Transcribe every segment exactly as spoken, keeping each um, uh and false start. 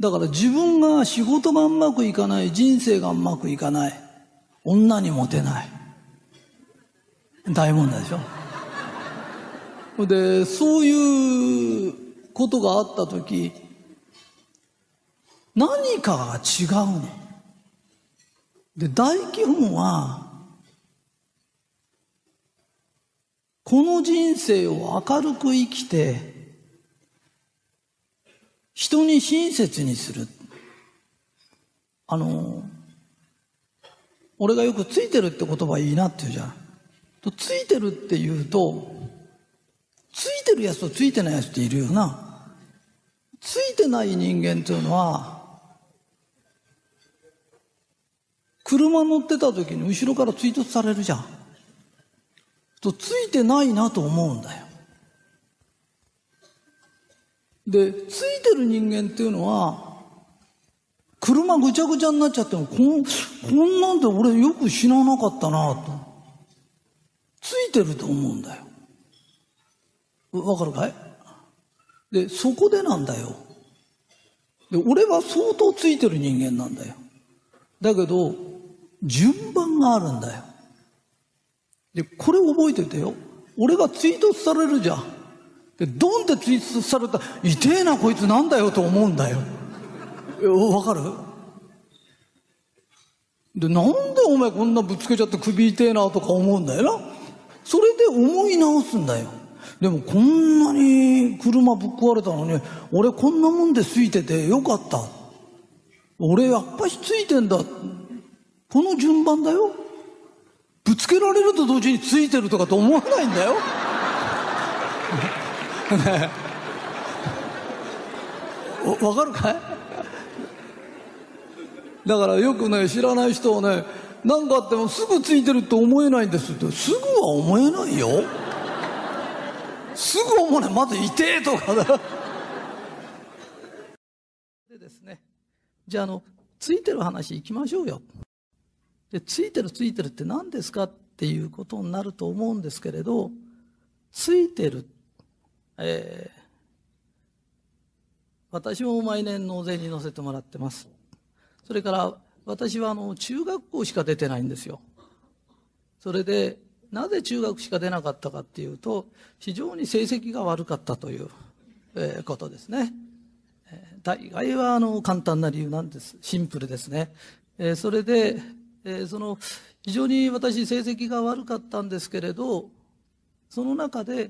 だから自分が仕事がうまくいかない、人生がうまくいかない、女にモテない。大問題でしょ。で、そういうことがあったとき、何かが違うの。で、大基本は、この人生を明るく生きて、人に親切にする。あの、俺がよくついてるって言葉いいなって言うじゃん。とついてるって言うと、ついてるやつとついてないやつっているよな。ついてない人間っていうのは、車乗ってた時に後ろから追突されるじゃん。とついてないなと思うんだよ。で、ついてる人間っていうのは、車ぐちゃぐちゃになっちゃっても、こん、こんなんで俺よく死ななかったなと。ついてると思うんだよ。わかるかい？で、そこでなんだよ。で、俺は相当ついてる人間なんだよ。だけど、順番があるんだよ。で、これ覚えててよ。俺が追突されるじゃん。で、ドンって追突されたら、痛えなこいつなんだよと思うんだよ。わかる？で、なんでお前こんなぶつけちゃって首痛えなとか思うんだよな。それで思い直すんだよ。でもこんなに車ぶっ壊れたのに、俺こんなもんでついててよかった。俺やっぱしついてんだ。この順番だよ。ぶつけられると同時についてるとかと思わないんだよ。ねえ、わかるかい？だからよくね、知らない人はね、何かあってもすぐついてるって思えないんですって。すぐは思えないよ。すぐ思わない。まず痛えとかだ。でですね、じゃあ、あのついてる話いきましょうよ。で、ついてるついてるって何ですかっていうことになると思うんですけれど、ついてる、えー、私も毎年納税に乗せてもらってます。それから私はあの中学校しか出てないんですよ。それでなぜ中学しか出なかったかっていうと、非常に成績が悪かったという、えー、ことですね。えー、大概はあの簡単な理由なんです。シンプルですね。えー、それで、えー、その非常に私成績が悪かったんですけれど、その中で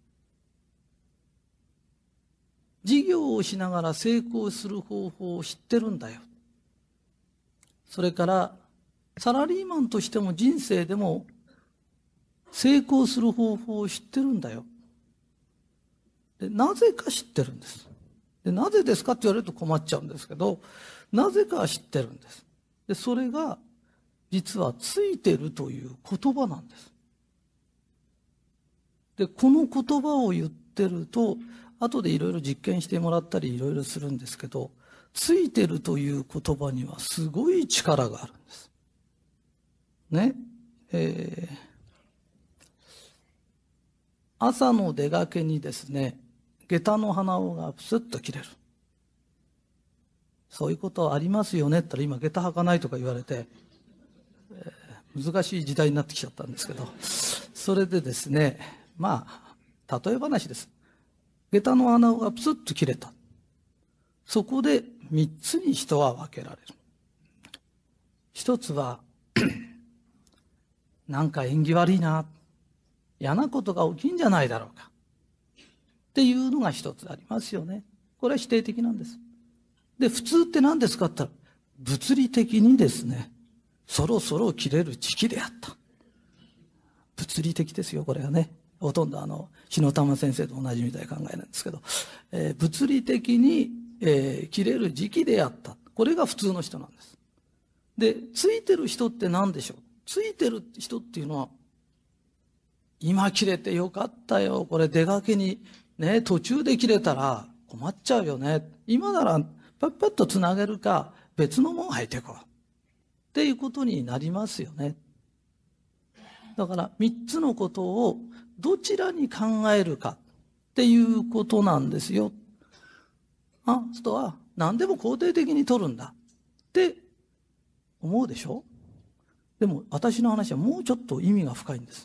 事業をしながら成功する方法を知ってるんだよ。それからサラリーマンとしても人生でも成功する方法を知ってるんだよ。で、なぜか知ってるんです。で、なぜですかって言われると困っちゃうんですけど、なぜか知ってるんです。で、それが実はついてるという言葉なんです。で、この言葉を言ってると、後でいろいろ実験してもらったりいろいろするんですけど、ついてるという言葉にはすごい力があるんです。ね。えー、朝の出かけにですね、下駄の鼻緒がプスッと切れる。そういうことありますよねって言ったら、今下駄履かないとか言われて、えー、難しい時代になってきちゃったんですけど、それでですね、まあ、例え話です。下駄の穴がプスッと切れた。そこで三つに人は分けられる。一つは、なんか縁起悪いな、嫌なことが起きんじゃないだろうか。っていうのが一つありますよね。これは否定的なんです。で、普通って何ですかって言ったら、物理的にですね、そろそろ切れる時期であった。物理的ですよ、これはね。ほとんどあの、日野玉先生と同じみたいな考えなんですけど、えー、物理的に、えー、切れる時期であった。これが普通の人なんです。で、ついてる人って何でしょう？ついてる人っていうのは、今切れてよかったよ。これ出かけにね、途中で切れたら困っちゃうよね。今ならパッパッとつなげるか、別のもん履いていこう。っていうことになりますよね。だから三つのことをどちらに考えるかっていうことなんですよ。あ、あとは何でも肯定的に取るんだって思うでしょ。でも私の話はもうちょっと意味が深いんです。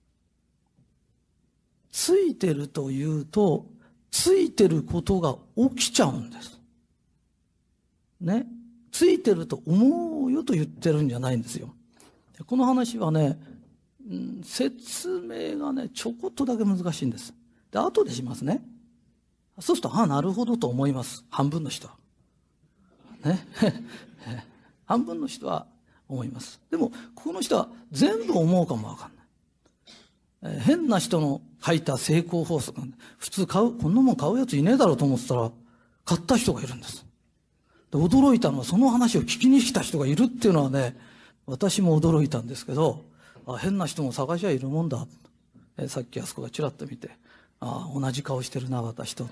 ついてるというと、ついてることが起きちゃうんです。ね。ついてると思うよと言ってるんじゃないんですよ。この話はね、うん、説明がね、ちょこっとだけ難しいんです。で、後でしますね。そうすると、ああ、なるほどと思います。半分の人は。ね。半分の人は思います。でも、この人は全部思うかもわかんない。えー、変な人の書いた成功法則。普通買う、こんなもん買うやついねえだろうと思ってたら、買った人がいるんです。で、驚いたのは、その話を聞きに来た人がいるっていうのはね、私も驚いたんですけど、あ、変な人も探しゃいるもんだ。えー、さっきあそこがちらっと見て、あ、同じ顔してるな、私と。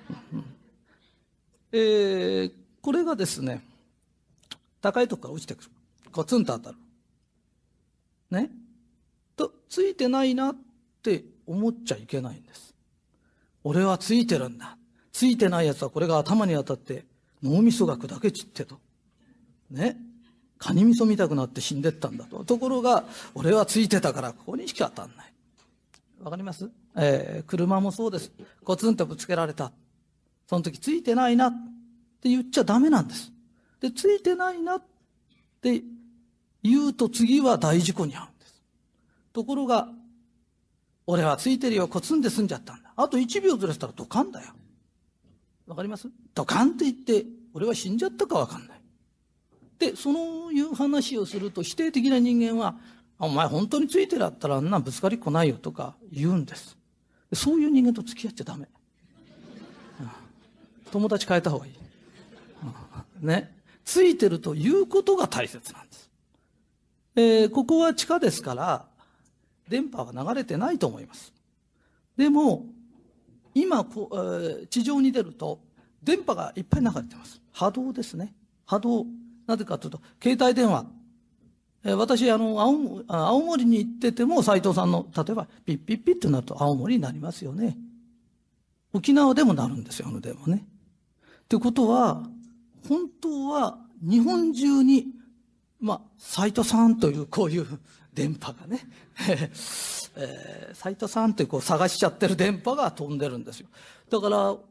えー、これがですね、高いとこから落ちてくる。コツンと当たる。ね。と、ついてないなって思っちゃいけないんです。俺はついてるんだ。ついてないやつはこれが頭に当たって脳みそが砕け散ってと。ね。カニ味噌見たくなって死んでったんだと。ところが、俺はついてたからここにしか当たんない。わかります？えー、車もそうです。コツンとぶつけられた。その時ついてないなって言っちゃダメなんです。で、ついてないなって言うと次は大事故に遭うんです。ところが、俺はついてるよ、コツンで済んじゃったんだ。あといちびょうずれたらドカンだよ。わかります？ドカンって言って、俺は死んじゃったかわかんない。で、そういう話をすると否定的な人間は、お前本当についてるだったらあんなぶつかりっこないよとか言うんです。そういう人間と付き合っちゃダメ。うん、友達変えた方がいい。うん、ね。ついてるということが大切なんです。えー、ここは地下ですから、電波は流れてないと思います。でも、今こ、えー、地上に出ると、電波がいっぱい流れてます。波動ですね。波動。なぜかというと、携帯電話。えー、私、あの、青、青森に行ってても、斉藤さんの、例えば、ピッピッピッとなると青森になりますよね。沖縄でもなるんですよ、あの電話ね。ってことは、本当は日本中に、まあ、斉藤さんというこういう電波がね、えー、斉藤さんってこう探しちゃってる電波が飛んでるんですよ。だから、も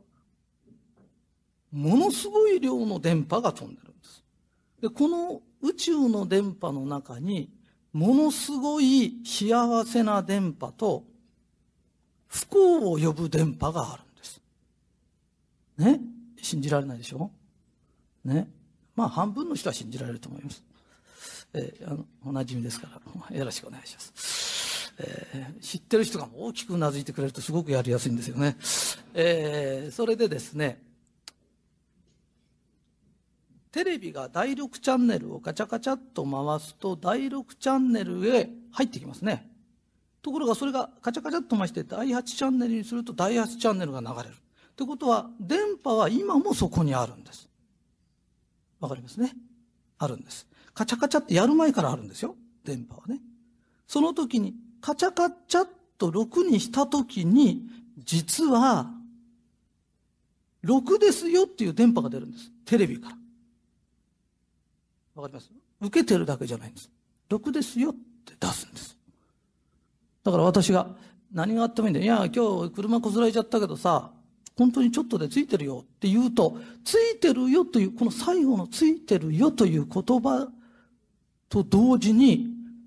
のすごい量の電波が飛んでるんです。で、この宇宙の電波の中に、ものすごい幸せな電波と、不幸を呼ぶ電波があるんです。ね。信じられないでしょ？ね。まあ、半分の人は信じられると思います。えー、あの、おなじみですから、よろしくお願いします。えー、知ってる人が大きくうなずいてくれるとすごくやりやすいんですよね。えー、それでですね、テレビがだいろくチャンネルをカチャカチャっと回すと、だいろくチャンネルへ入ってきますね。ところがそれがカチャカチャっと回してだいはちチャンネルにするとだいはちチャンネルが流れる。ということは、電波は今もそこにあるんです。わかりますね。あるんです。カチャカチャってやる前からあるんですよ。電波はね。その時に、カチャカチャっとろくにした時に、実は、ろくですよっていう電波が出るんです。テレビから。わかります？受けてるだけじゃないんです。ろくですよって出すんです。だから私が何があってもいいんだよ。いや、今日車こすられちゃったけどさ、本当にちょっとでついてるよって言うと、ついてるよという、この最後のついてるよという言葉と同時に、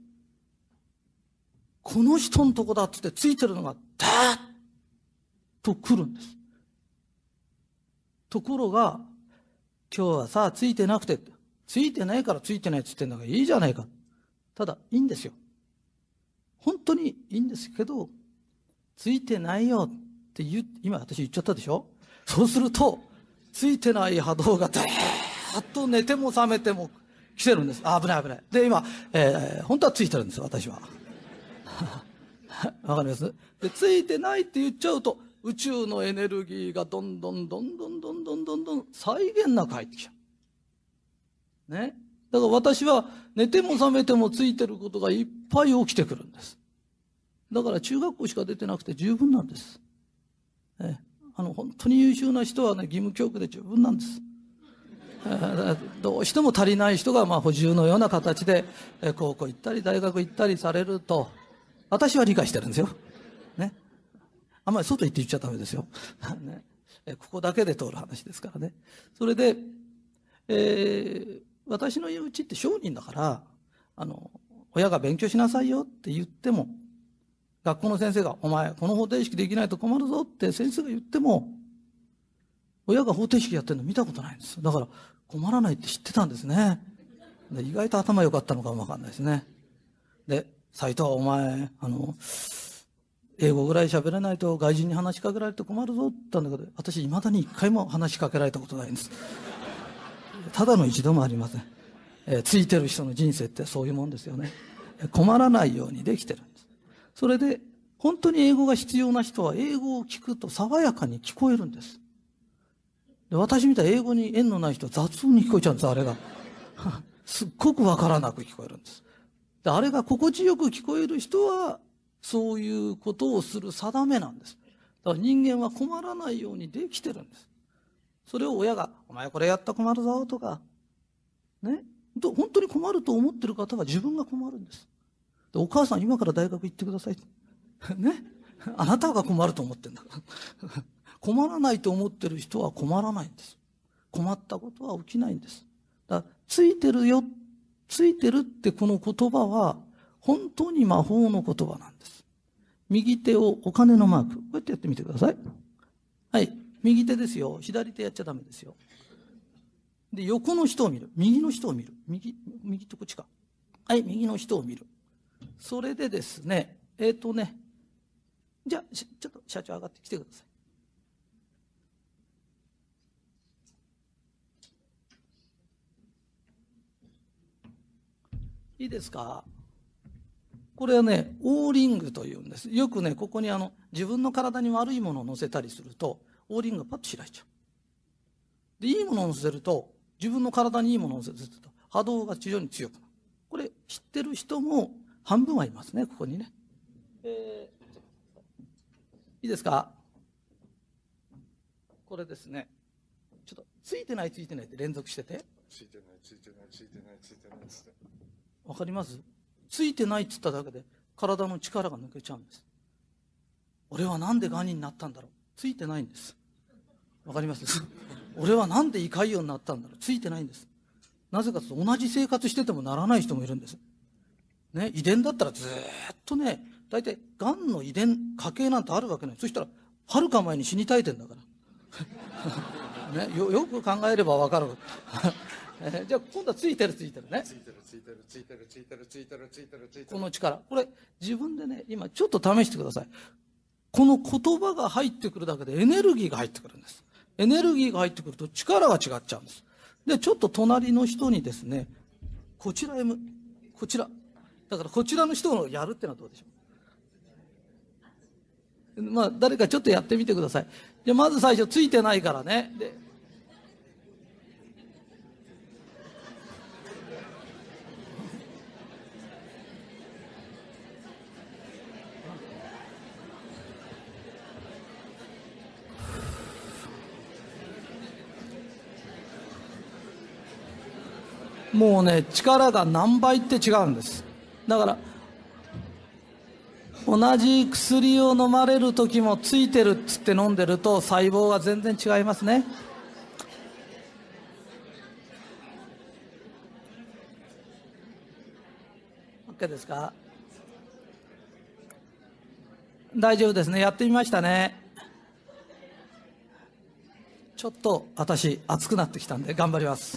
この人のとこだってついてるのがダーッと来るんです。ところが、今日はさ、ついてなくて、ついてないからついてないって言ってんだからいいじゃないか。ただ、いいんですよ。本当にいいんですけど、ついてないよって言う、今私言っちゃったでしょ？そうすると、ついてない波動がダーッと寝ても覚めても来てるんです。あ、危ない危ない。で、今、えー、本当はついてるんです、私は。わかります？で、ついてないって言っちゃうと、宇宙のエネルギーがどんどんどんどんどんどんどんどん際限なく入ってきちゃう。ね。だから私は寝ても覚めてもついてることがいっぱい起きてくるんです。だから中学校しか出てなくて十分なんです。えあの本当に優秀な人はね、義務教育で十分なんです。 どうしても足りない人がまあ補充のような形で高校行ったり大学行ったりされると、私は理解してるんですよ。ね。あんまり外行って言っちゃダメですよ。ね。ここだけで通る話ですからね。それで、えー、私の言ううちって商人だから、あの、親が勉強しなさいよって言っても、学校の先生が、お前、この方程式できないと困るぞって先生が言っても、親が方程式やってるの見たことないんです。だから困らないって知ってたんですね。で意外と頭良かったのかもわかんないですね。で、斉藤はお前、あの、英語ぐらい喋れないと外人に話しかけられて困るぞって言ったんだけど、私未だに一回も話しかけられたことないんです。ただの一度もありません。えー、ついてる人の人生ってそういうもんですよね。困らないようにできてるんです。それで、本当に英語が必要な人は英語を聞くと爽やかに聞こえるんです。で私みたいに英語に縁のない人は雑音に聞こえちゃうんです、あれが。すっごくわからなく聞こえるんです。であれが心地よく聞こえる人は、そういうことをする定めなんです。だから人間は困らないようにできてるんです。それを親が、お前これやったら困るぞとか、ね。本当に困ると思ってる方は自分が困るんです。でお母さん今から大学行ってください。ね。あなたが困ると思ってるんだから。困らないと思ってる人は困らないんです。困ったことは起きないんです。だからついてるよ、ついてるってこの言葉は本当に魔法の言葉なんです。右手をお金のマーク、こうやってやってみてください。はい、右手ですよ。左手やっちゃダメですよ。で、横の人を見る。右の人を見る。右、右とこっちか。はい、右の人を見る。それでですね、えっとね、じゃあ、ちょっと社長上がってきてください。いいですか？これはね、オーリングというんです。よくね、ここにあの、自分の体に悪いものを乗せたりすると、オーリングがパッと開いちゃう。で、いいものを乗せると、自分の体にいいものを乗せると、波動が非常に強くなる。これ、知ってる人も半分はいますね、ここにね。えー、いいですか？これですね。ちょっと、ついてないついてないって連続してて。 ついてない、ついてない、ついてない、ついてないつって。 わかります？ついてないって言っただけで体の力が抜けちゃうんです。俺はなんでガニになったんだろう？ついてないんです。わかります？俺はなんで胃潰瘍になったんだろう？ついてないんです。なぜかというと同じ生活しててもならない人もいるんです。ね、遺伝だったらずーっとね、大体がんの遺伝、家系なんてあるわけない。そしたら、はるか前に死にたいてんだから。ね、よ、よく考えればわかる。えー、じゃあ今度はついてるついてるね。 ついてるついてるついてるついてるついてるついてるついてる。 この力。これ自分でね、今ちょっと試してください。この言葉が入ってくるだけでエネルギーが入ってくるんです。エネルギーが入ってくると力が違っちゃうんです。で、ちょっと隣の人にですね、こちらへむ、こちら。だからこちらの人をやるってのはどうでしょう。まあ、誰かちょっとやってみてください。じゃあまず最初ついてないからね。で、もうね、力が何倍って違うんです。だから、同じ薬を飲まれる時もついてるっつって飲んでると細胞が全然違いますね。OK ですか？大丈夫ですね。やってみましたね。ちょっと私熱くなってきたんで頑張ります。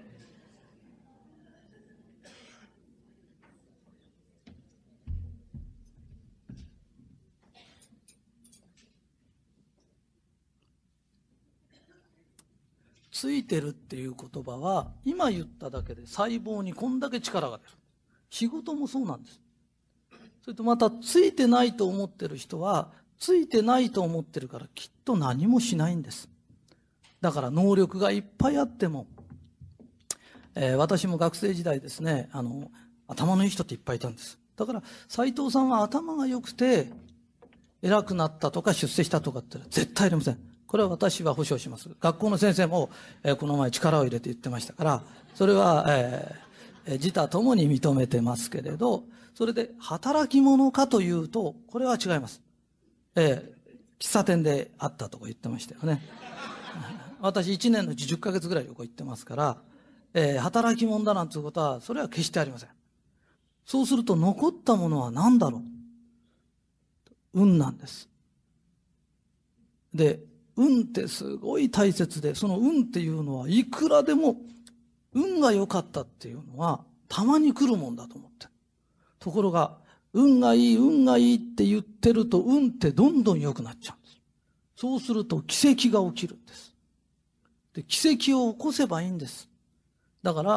ついてるっていう言葉は今言っただけで細胞にこんだけ力が出る。仕事もそうなんです。それとまたついてないと思ってる人はついてないと思ってるからきっと何もしないんです。だから能力がいっぱいあっても、えー、私も学生時代ですね、あの頭のいい人っていっぱいいたんです。だから斉藤さんは頭が良くて偉くなったとか出世したとかって絶対ありません。 これは私は保証します。学校の先生も、えー、この前力を入れて言ってましたから、それは、えー、自他ともに認めてますけれど、それで働き者かというと、これは違います。えー、喫茶店で会ったとか言ってましたよね。私いちねんのうちじゅっかげつぐらい旅行行ってますから、えー、働き者だなんていうことは、それは決してありません。そうすると残ったものは何だろう。運なんです。で、運ってすごい大切で、その運っていうのはいくらでも、運が良かったっていうのは、たまに来るもんだと思ってる。ところが、運がいい、運がいいって言ってると、運ってどんどん良くなっちゃうんです。そうすると奇跡が起きるんです。で、奇跡を起こせばいいんです。だから、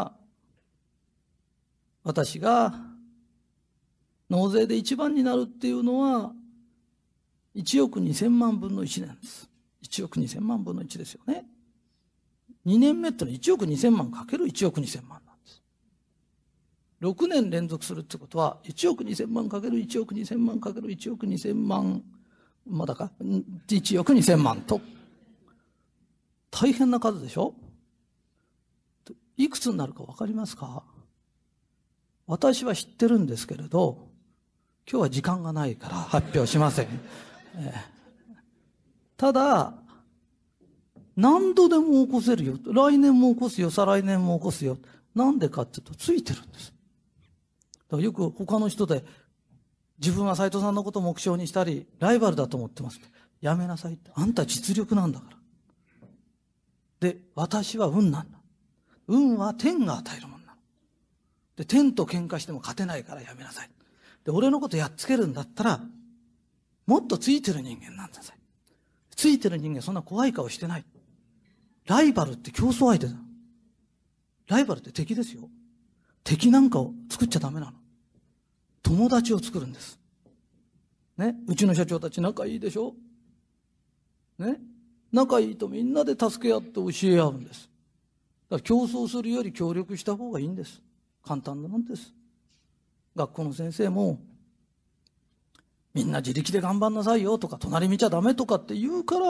私が納税で一番になるっていうのは、いちおくにせんまんぶんのいちなんです。いちおくにせんまんぶんのいちですよね。にねんめってのはいちおくにせんまんかけるいちおくにせんまんなんです。ろくねん連続するってことは、いちおくにせんまんかけるいちおくにせんまんかけるいちおくにせんまん、まだか、いちおくにせんまんと、大変な数でしょ。いくつになるか分かりますか？私は知ってるんですけれど、今日は時間がないから発表しません。えー、ただ、何度でも起こせるよ。来年も起こすよ、再来年も起こすよ。なんでかっていうと、ついてるんです。だからよく他の人で、自分は斉藤さんのことを目標にしたり、ライバルだと思ってます。やめなさいって。あんた実力なんだから。で、私は運なんだ。運は天が与えるものなの。で、天と喧嘩しても勝てないからやめなさい。で、俺のことやっつけるんだったら、もっとついてる人間なんださい。ついてる人間そんな怖い顔してない。ライバルって競争相手だ。ライバルって敵ですよ。敵なんかを作っちゃダメなの。友達を作るんです。ね。うちの社長たち仲いいでしょ？ね。仲いいとみんなで助け合って教え合うんです。だから競争するより協力した方がいいんです。簡単なんです。学校の先生も、みんな自力で頑張んなさいよとか、隣見ちゃダメとかって言うから、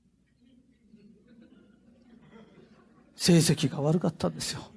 成績が悪かったんですよ。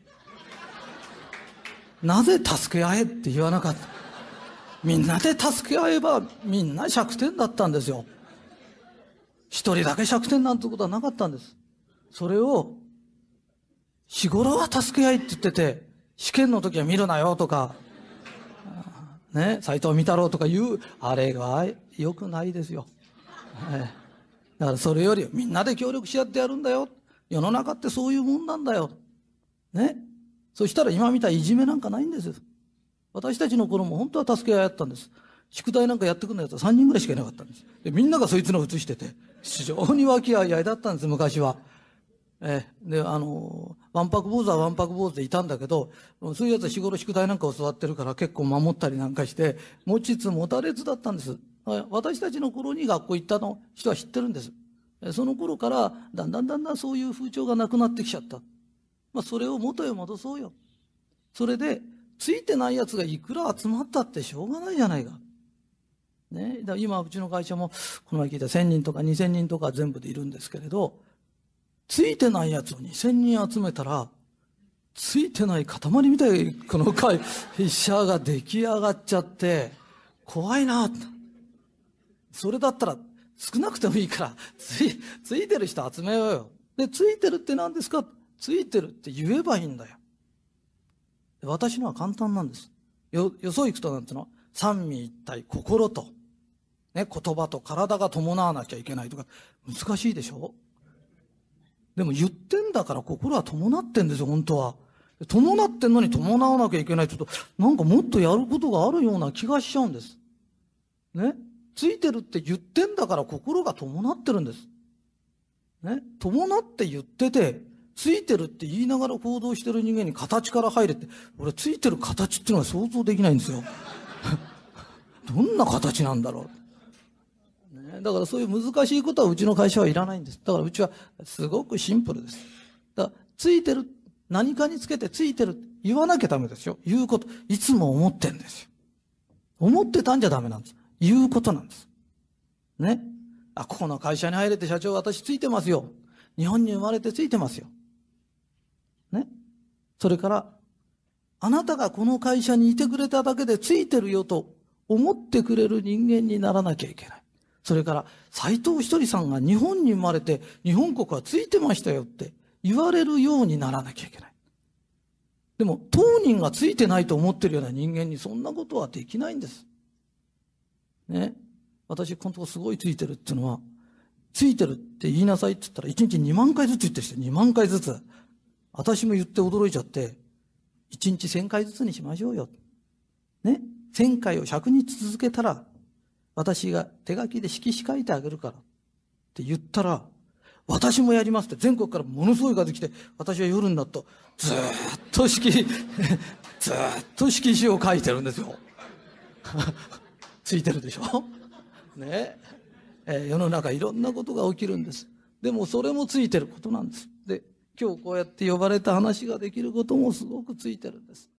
なぜ助け合えって言わなかった。みんなで助け合えばみんなひゃくてんだったんですよ。一人だけひゃくてんなんてことはなかったんです。それを日頃は助け合いって言ってて、試験の時は見るなよとかね、斎藤美太郎とかいうあれが良くないですよ、ええ、だからそれよりみんなで協力し合ってやるんだよ。世の中ってそういうもんなんだよね。そしたら今みたいいじめなんかないんですよ。私たちの頃も本当は助け合いやったんです。宿題なんかやってくるのやつはさんにんぐらいしかいなかったんです。でみんながそいつのを写してて、非常に和気あいあいだったんです昔は。ええ、であのわんぱく坊主はわんぱく坊主でいたんだけど、そういうやつは日頃宿題なんか教わってるから結構守ったりなんかして持ちつ持たれつだったんです。私たちの頃に学校行ったの人は知ってるんです。その頃からだんだんだんだんそういう風潮がなくなってきちゃった。まあそれを元へ戻そうよ。それでついてないやつがいくら集まったってしょうがないじゃないか。ね、だから今うちの会社もこの前聞いたせんにんとかにせんにんとか全部でいるんですけれど、ついてないやつをにせんにん集めたら、ついてない塊みたいこの会社が出来上がっちゃって怖いな。それだったら少なくてもいいからつい、ついてる人集めようよ。で、ついてるって何ですか？ついてるって言えばいいんだよ。私のは簡単なんです。よ、よそ行くとなんていうの？三位一体、心と、ね、言葉と体が伴わなきゃいけないとか、難しいでしょ？でも言ってんだから心は伴ってんですよ、本当は。伴ってんのに伴わなきゃいけないって言うと、なんかもっとやることがあるような気がしちゃうんです。ね。ついてるって言ってんだから心が伴ってるんです。ね。伴って言ってて、ついてるって言いながら行動してる人間に形から入れって、俺ついてる形っていうのは想像できないんですよ。どんな形なんだろう。ね。だからそういう難しいことはうちの会社はいらないんです。だからうちはすごくシンプルです。だからついてる、何かにつけてついてる言わなきゃダメですよ。言うこと、いつも思ってんですよ。思ってたんじゃダメなんです。言うことなんです。ね。 あ、ここの会社に入れて社長私ついてますよ。日本に生まれてついてますよ。ね。それから、あなたがこの会社にいてくれただけでついてるよと思ってくれる人間にならなきゃいけない。それから、斎藤ひとりさんが日本に生まれて日本国はついてましたよって言われるようにならなきゃいけない。でも、当人がついてないと思ってるような人間にそんなことはできないんです。ね。私、このとこすごいついてるっていうのは、ついてるって言いなさいって言ったら、いちにちにまんかいずつ言ってる人、にまんかいずつ。私も言って驚いちゃって、いちにちせんかいずつにしましょうよ。ね。せんかいをひゃくにち続けたら、私が手書きで色紙書いてあげるからって言ったら、私もやりますって全国からものすごい数来て、私は夜になるとずーっと色紙、ずーっと色紙を書いてるんですよ。ついてるでしょねえー、世の中いろんなことが起きるんです。でもそれもついてることなんです。で、今日こうやって呼ばれた話ができることもすごくついてるんです。